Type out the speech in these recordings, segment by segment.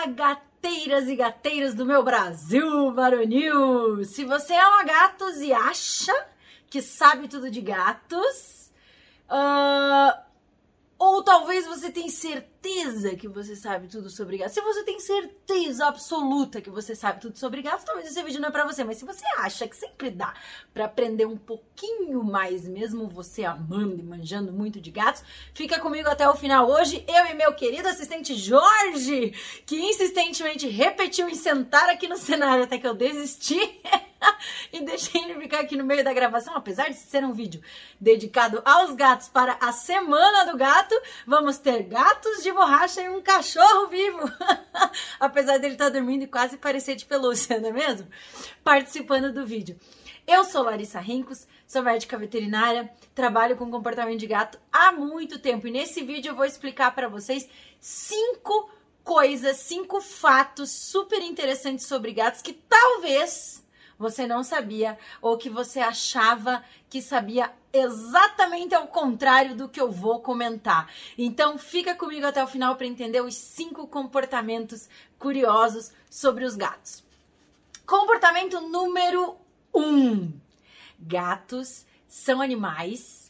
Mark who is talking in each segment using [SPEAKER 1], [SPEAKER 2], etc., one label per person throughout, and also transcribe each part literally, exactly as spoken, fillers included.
[SPEAKER 1] Olá, gateiras e gateiros do meu Brasil varonil! Se você ama gatos e acha que sabe tudo de gatos, uh, ou talvez você tenha certeza que você sabe tudo sobre gatos. Se você tem certeza absoluta que você sabe tudo sobre gatos, talvez esse vídeo não é pra você. Mas se você acha que sempre dá pra aprender um pouquinho mais, mesmo você amando e manjando muito de gatos, fica comigo até o final. Hoje, eu e meu querido assistente Jorge, que insistentemente repetiu em sentar aqui no cenário até que eu desisti e deixei ele ficar aqui no meio da gravação. Apesar de ser um vídeo dedicado aos gatos para a Semana do Gato, vamos ter gatos de borracha e um cachorro vivo. Apesar dele estar dormindo e quase parecer de pelúcia, não é mesmo? Participando do vídeo. Eu sou Larissa Rincos, sou médica veterinária, trabalho com comportamento de gato há muito tempo. E nesse vídeo eu vou explicar para vocês cinco coisas, cinco fatos super interessantes sobre gatos que talvez você não sabia ou que você achava que sabia exatamente ao contrário do que eu vou comentar. Então fica comigo até o final para entender os cinco comportamentos curiosos sobre os gatos. Comportamento número um. Gatos são animais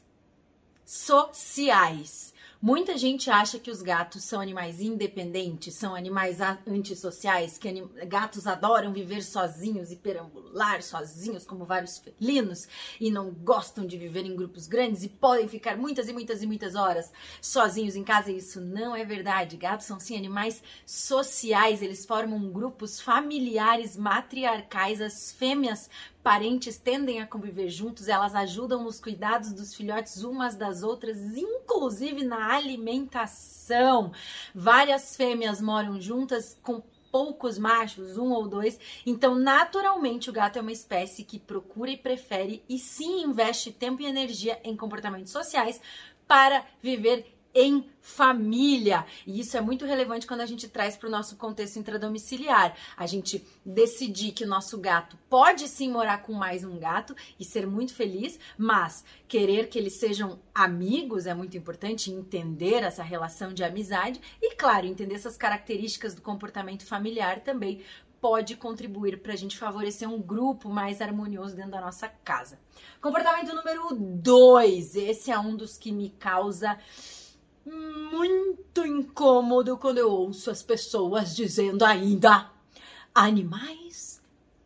[SPEAKER 1] sociais. Muita gente acha que os gatos são animais independentes, são animais antissociais, que anim... gatos adoram viver sozinhos e perambular sozinhos, como vários felinos, e não gostam de viver em grupos grandes e podem ficar muitas e muitas e muitas horas sozinhos em casa. E isso não é verdade. Gatos são sim animais sociais, eles formam grupos familiares matriarcais. As fêmeas parentes tendem a conviver juntos, elas ajudam nos cuidados dos filhotes umas das outras, inclusive na alimentação. Várias fêmeas moram juntas com poucos machos, um ou dois. Então, naturalmente, o gato é uma espécie que procura e prefere e sim investe tempo e energia em comportamentos sociais para viver em família. E isso é muito relevante quando a gente traz para o nosso contexto intradomiciliar. A gente decidir que o nosso gato pode sim morar com mais um gato e ser muito feliz, mas querer que eles sejam amigos é muito importante, entender essa relação de amizade e, claro, entender essas características do comportamento familiar também pode contribuir para a gente favorecer um grupo mais harmonioso dentro da nossa casa. Comportamento número dois. Esse é um dos que me causa muito incômodo quando eu ouço as pessoas dizendo ainda animais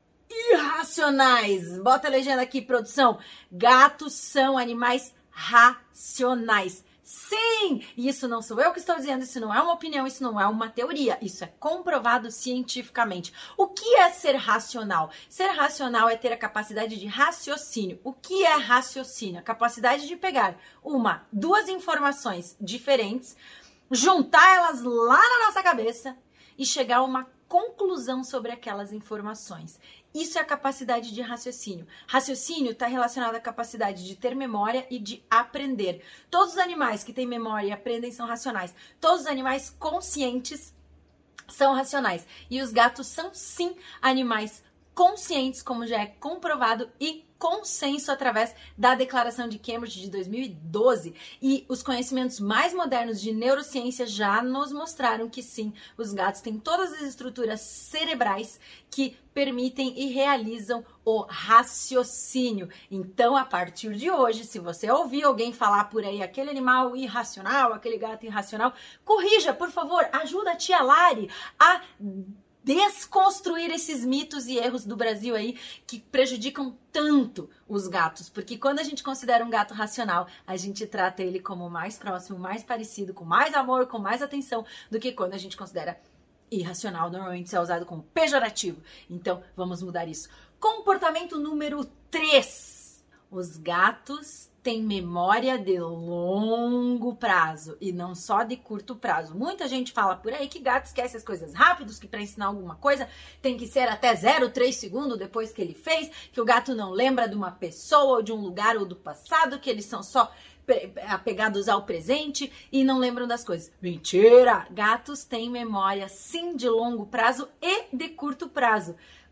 [SPEAKER 1] irracionais. Bota a legenda aqui, produção. Gatos são animais racionais. Sim! Isso não sou eu que estou dizendo, isso não é uma opinião, isso não é uma teoria, isso é comprovado cientificamente. O que é ser racional? Ser racional é ter a capacidade de raciocínio. O que é raciocínio? A capacidade de pegar uma, duas informações diferentes, juntar elas lá na nossa cabeça e chegar a uma conclusão sobre aquelas informações. Isso é a capacidade de raciocínio. Raciocínio está relacionado à capacidade de ter memória e de aprender. Todos os animais que têm memória e aprendem são racionais. Todos os animais conscientes são racionais. E os gatos são, sim, animais conscientes, como já é comprovado e consenso através da Declaração de Cambridge de dois mil e doze. E os conhecimentos mais modernos de neurociência já nos mostraram que sim, os gatos têm todas as estruturas cerebrais que permitem e realizam o raciocínio. Então, a partir de hoje, se você ouvir alguém falar por aí aquele animal irracional, aquele gato irracional, corrija, por favor, ajuda a tia Lari a desconstruir esses mitos e erros do Brasil aí que prejudicam tanto os gatos, porque quando a gente considera um gato racional, a gente trata ele como mais próximo, mais parecido, com mais amor, com mais atenção, do que quando a gente considera irracional, normalmente isso é usado como pejorativo. Então, vamos mudar isso. Comportamento número três. Os gatos têm memória de longo prazo e não só de curto prazo. Muita gente fala por aí que gato esquece as coisas rápidos, que para ensinar alguma coisa tem que ser até zero vírgula três segundos depois que ele fez, que o gato não lembra de uma pessoa ou de um lugar ou do passado, que eles são só apegados ao presente e não lembram das coisas. Mentira! Gatos têm memória sim de longo prazo e de curto prazo.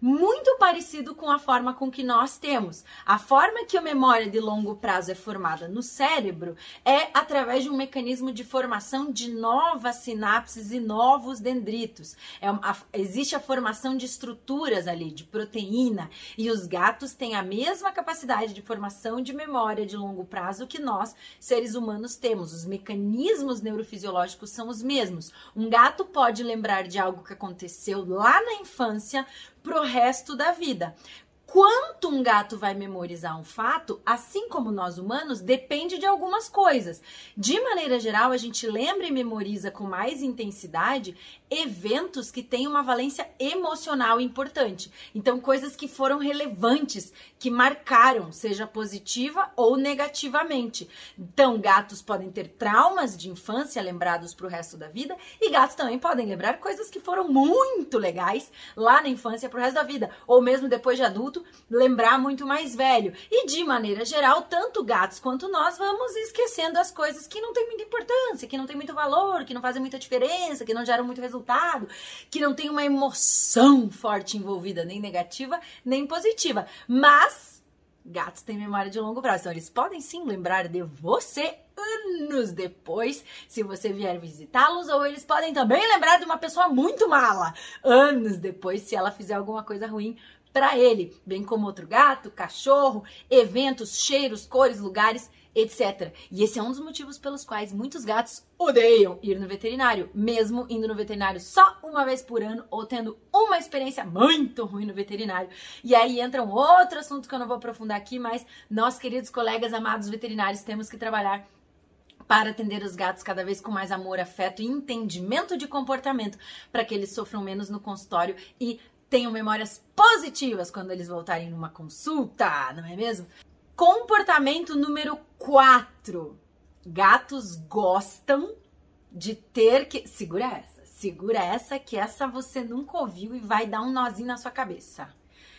[SPEAKER 1] muito parecido com a forma com que nós temos. A forma que a memória de longo prazo é formada no cérebro é através de um mecanismo de formação de novas sinapses e novos dendritos. É uma, a, existe a formação de estruturas ali, de proteína, e os gatos têm a mesma capacidade de formação de memória de longo prazo que nós, seres humanos, temos. Os mecanismos neurofisiológicos são os mesmos. Um gato pode lembrar de algo que aconteceu lá na infância pro resto da vida. Quanto um gato vai memorizar um fato, assim como nós humanos, depende de algumas coisas. De maneira geral, a gente lembra e memoriza com mais intensidade eventos que têm uma valência emocional importante. Então, coisas que foram relevantes, que marcaram, seja positiva ou negativamente. Então, gatos podem ter traumas de infância lembrados para o resto da vida, e gatos também podem lembrar coisas que foram muito legais lá na infância para o resto da vida, ou mesmo depois de adulto, lembrar muito mais velho. E de maneira geral, tanto gatos quanto nós vamos esquecendo as coisas que não têm muita importância, que não têm muito valor, que não fazem muita diferença, que não geram muito resultado, que não tem uma emoção forte envolvida, nem negativa, nem positiva. Mas gatos têm memória de longo prazo, então eles podem sim lembrar de você anos depois, se você vier visitá-los, ou eles podem também lembrar de uma pessoa muito mala anos depois, se ela fizer alguma coisa ruim para ele, bem como outro gato, cachorro, eventos, cheiros, cores, lugares, etcétera. E esse é um dos motivos pelos quais muitos gatos odeiam ir no veterinário, mesmo indo no veterinário só uma vez por ano ou tendo uma experiência muito ruim no veterinário. E aí entra um outro assunto que eu não vou aprofundar aqui, mas nós, queridos colegas amados veterinários, temos que trabalhar para atender os gatos cada vez com mais amor, afeto e entendimento de comportamento, para que eles sofram menos no consultório e tenham memórias positivas quando eles voltarem numa consulta, não é mesmo? Comportamento número quatro. Gatos gostam de ter que... Segura essa, segura essa, que essa você nunca ouviu e vai dar um nozinho na sua cabeça.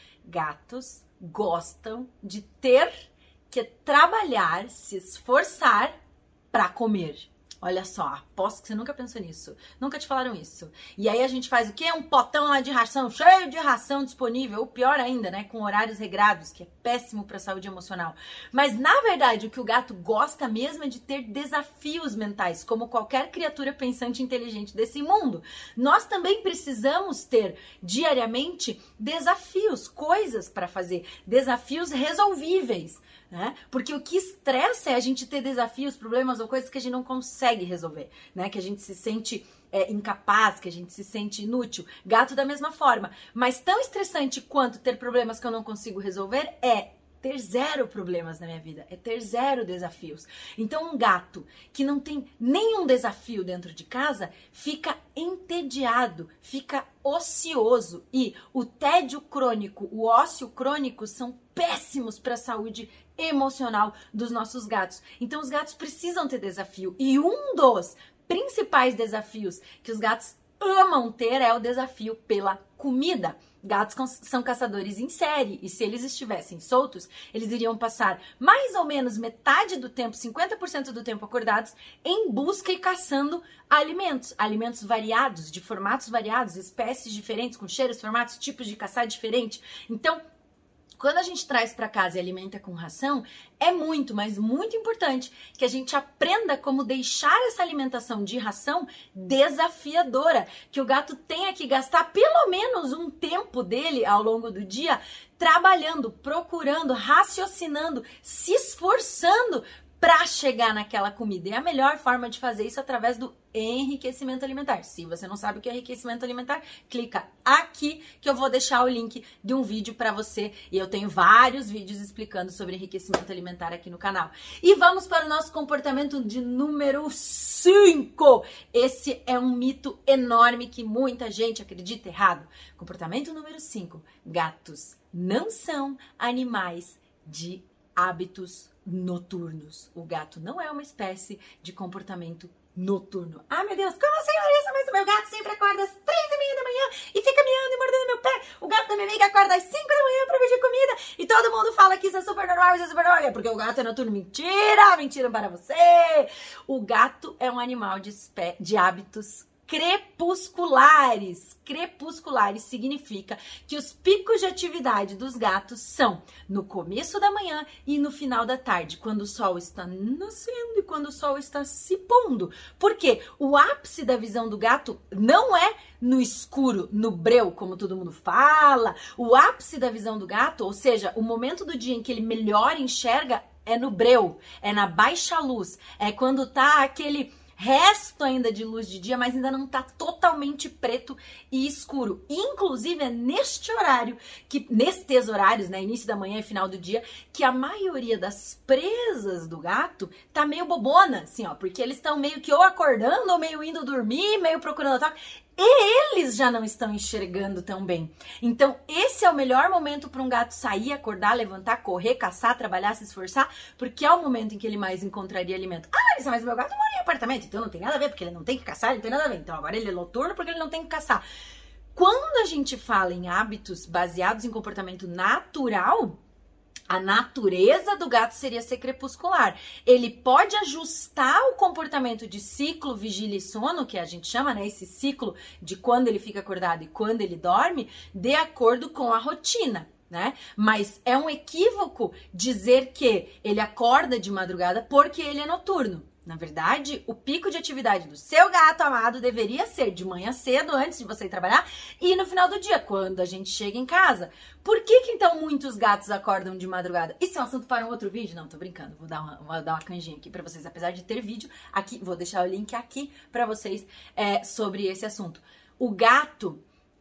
[SPEAKER 1] Gatos gostam de ter que trabalhar, se esforçar para comer. Olha só, aposto que você nunca pensou nisso. Nunca te falaram isso. E aí a gente faz o quê? Um potão lá de ração, cheio de ração disponível. Ou pior ainda, né? Com horários regrados, que é péssimo para a saúde emocional. Mas, na verdade, o que o gato gosta mesmo é de ter desafios mentais, como qualquer criatura pensante e inteligente desse mundo. Nós também precisamos ter, diariamente, desafios, coisas para fazer. Desafios resolvíveis. Né? Porque o que estressa é a gente ter desafios, problemas ou coisas que a gente não consegue resolver, né? Que a gente se sente é, incapaz, que a gente se sente inútil. Gato da mesma forma. Mas tão estressante quanto ter problemas que eu não consigo resolver é ter zero problemas na minha vida, é ter zero desafios. Então um gato que não tem nenhum desafio dentro de casa fica entediado, fica ocioso, e o tédio crônico, o ócio crônico são péssimos para a saúde emocional dos nossos gatos. Então os gatos precisam ter desafio, e um dos principais desafios que os gatos amam ter é o desafio pela comida. Gatos são caçadores em série, e se eles estivessem soltos, eles iriam passar mais ou menos metade do tempo, cinquenta por cento do tempo acordados, em busca e caçando alimentos. Alimentos variados, de formatos variados, espécies diferentes, com cheiros, formatos, tipos de caçar diferente. Então, quando a gente traz para casa e alimenta com ração, é muito, mas muito importante que a gente aprenda como deixar essa alimentação de ração desafiadora. Que o gato tenha que gastar pelo menos um tempo dele ao longo do dia trabalhando, procurando, raciocinando, se esforçando para chegar naquela comida. E a melhor forma de fazer isso é através do enriquecimento alimentar. Se você não sabe o que é enriquecimento alimentar, clica aqui que eu vou deixar o link de um vídeo para você. E eu tenho vários vídeos explicando sobre enriquecimento alimentar aqui no canal. E vamos para o nosso comportamento de número cinco. Esse é um mito enorme que muita gente acredita errado. Comportamento número cinco. Gatos não são animais de hábitos noturnos. O gato não é uma espécie de comportamento noturno. Ah, meu Deus, como assim, Larissa? Mas o meu gato sempre acorda às três e meia da manhã e fica miando e mordendo meu pé. O gato da minha amiga acorda às cinco da manhã pra pedir comida e todo mundo fala que isso é super normal, isso é super normal. É porque o gato é noturno. Mentira! Mentira para você! O gato é um animal de, espé- de hábitos crepusculares. Crepusculares significa que os picos de atividade dos gatos são no começo da manhã e no final da tarde, quando o sol está nascendo e quando o sol está se pondo. Porque o ápice da visão do gato não é no escuro, no breu, como todo mundo fala. O ápice da visão do gato, ou seja, o momento do dia em que ele melhor enxerga, é no breu, é na baixa luz, é quando tá aquele resto ainda de luz de dia, mas ainda não tá totalmente preto e escuro. Inclusive, é neste horário, que nestes horários, né, início da manhã e final do dia, que a maioria das presas do gato tá meio bobona, assim, ó, porque eles estão meio que ou acordando, ou meio indo dormir, meio procurando a toca. E eles já não estão enxergando tão bem. Então, esse é o melhor momento para um gato sair, acordar, levantar, correr, caçar, trabalhar, se esforçar, porque é o momento em que ele mais encontraria alimento. Ah, Larissa, mas meu gato mora em apartamento, então não tem nada a ver, porque ele não tem que caçar, ele não tem nada a ver. Então, agora ele é noturno porque ele não tem que caçar. Quando a gente fala em hábitos baseados em comportamento natural, a natureza do gato seria ser crepuscular. Ele pode ajustar o comportamento de ciclo, vigília e sono, que a gente chama, né? Esse ciclo de quando ele fica acordado e quando ele dorme, de acordo com a rotina, né? Mas é um equívoco dizer que ele acorda de madrugada porque ele é noturno. Na verdade, o pico de atividade do seu gato amado deveria ser de manhã cedo, antes de você ir trabalhar, e no final do dia, quando a gente chega em casa. Por que que então muitos gatos acordam de madrugada? Isso é um assunto para um outro vídeo? Não, tô brincando. Vou dar uma, vou dar uma canjinha aqui para vocês, apesar de ter vídeo aqui. Vou deixar o link aqui para vocês é, sobre esse assunto. O gato,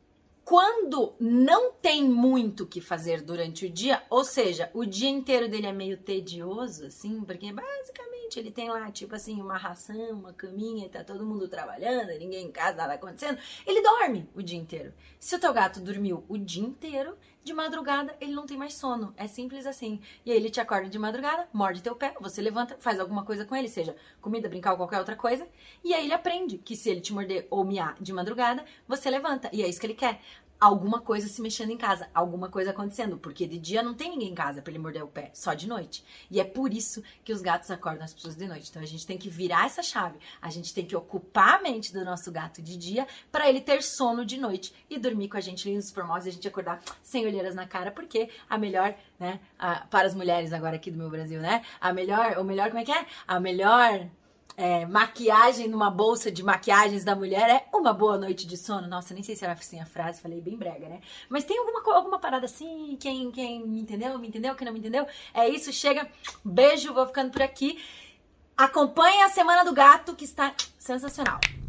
[SPEAKER 1] quando não tem muito o que fazer durante o dia, ou seja, o dia inteiro dele é meio tedioso, assim, porque basicamente ele tem lá, tipo assim, uma ração, uma caminha, tá todo mundo trabalhando, ninguém em casa, nada acontecendo, ele dorme o dia inteiro. Se o teu gato dormiu o dia inteiro, de madrugada ele não tem mais sono, é simples assim. E aí ele te acorda de madrugada, morde teu pé, você levanta, faz alguma coisa com ele, seja comida, brincar ou qualquer outra coisa, e aí ele aprende que se ele te morder ou miar de madrugada, você levanta, e é isso que ele quer. Alguma coisa se mexendo em casa, alguma coisa acontecendo, porque de dia não tem ninguém em casa pra ele morder o pé, só de noite. E é por isso que os gatos acordam as pessoas de noite. Então a gente tem que virar essa chave, a gente tem que ocupar a mente do nosso gato de dia pra ele ter sono de noite e dormir com a gente lindos, formosos, e a gente acordar sem olheiras na cara, porque a melhor, né, a, para as mulheres agora aqui do meu Brasil, né, a melhor, o melhor, como é que é? A melhor... É, maquiagem numa bolsa de maquiagens da mulher é uma boa noite de sono. Nossa, nem sei se era assim a frase, falei bem brega, né? Mas tem alguma, alguma parada assim, quem, quem me entendeu, me entendeu, quem não me entendeu? É isso, chega, beijo, vou ficando por aqui. Acompanhe a Semana do Gato, que está sensacional.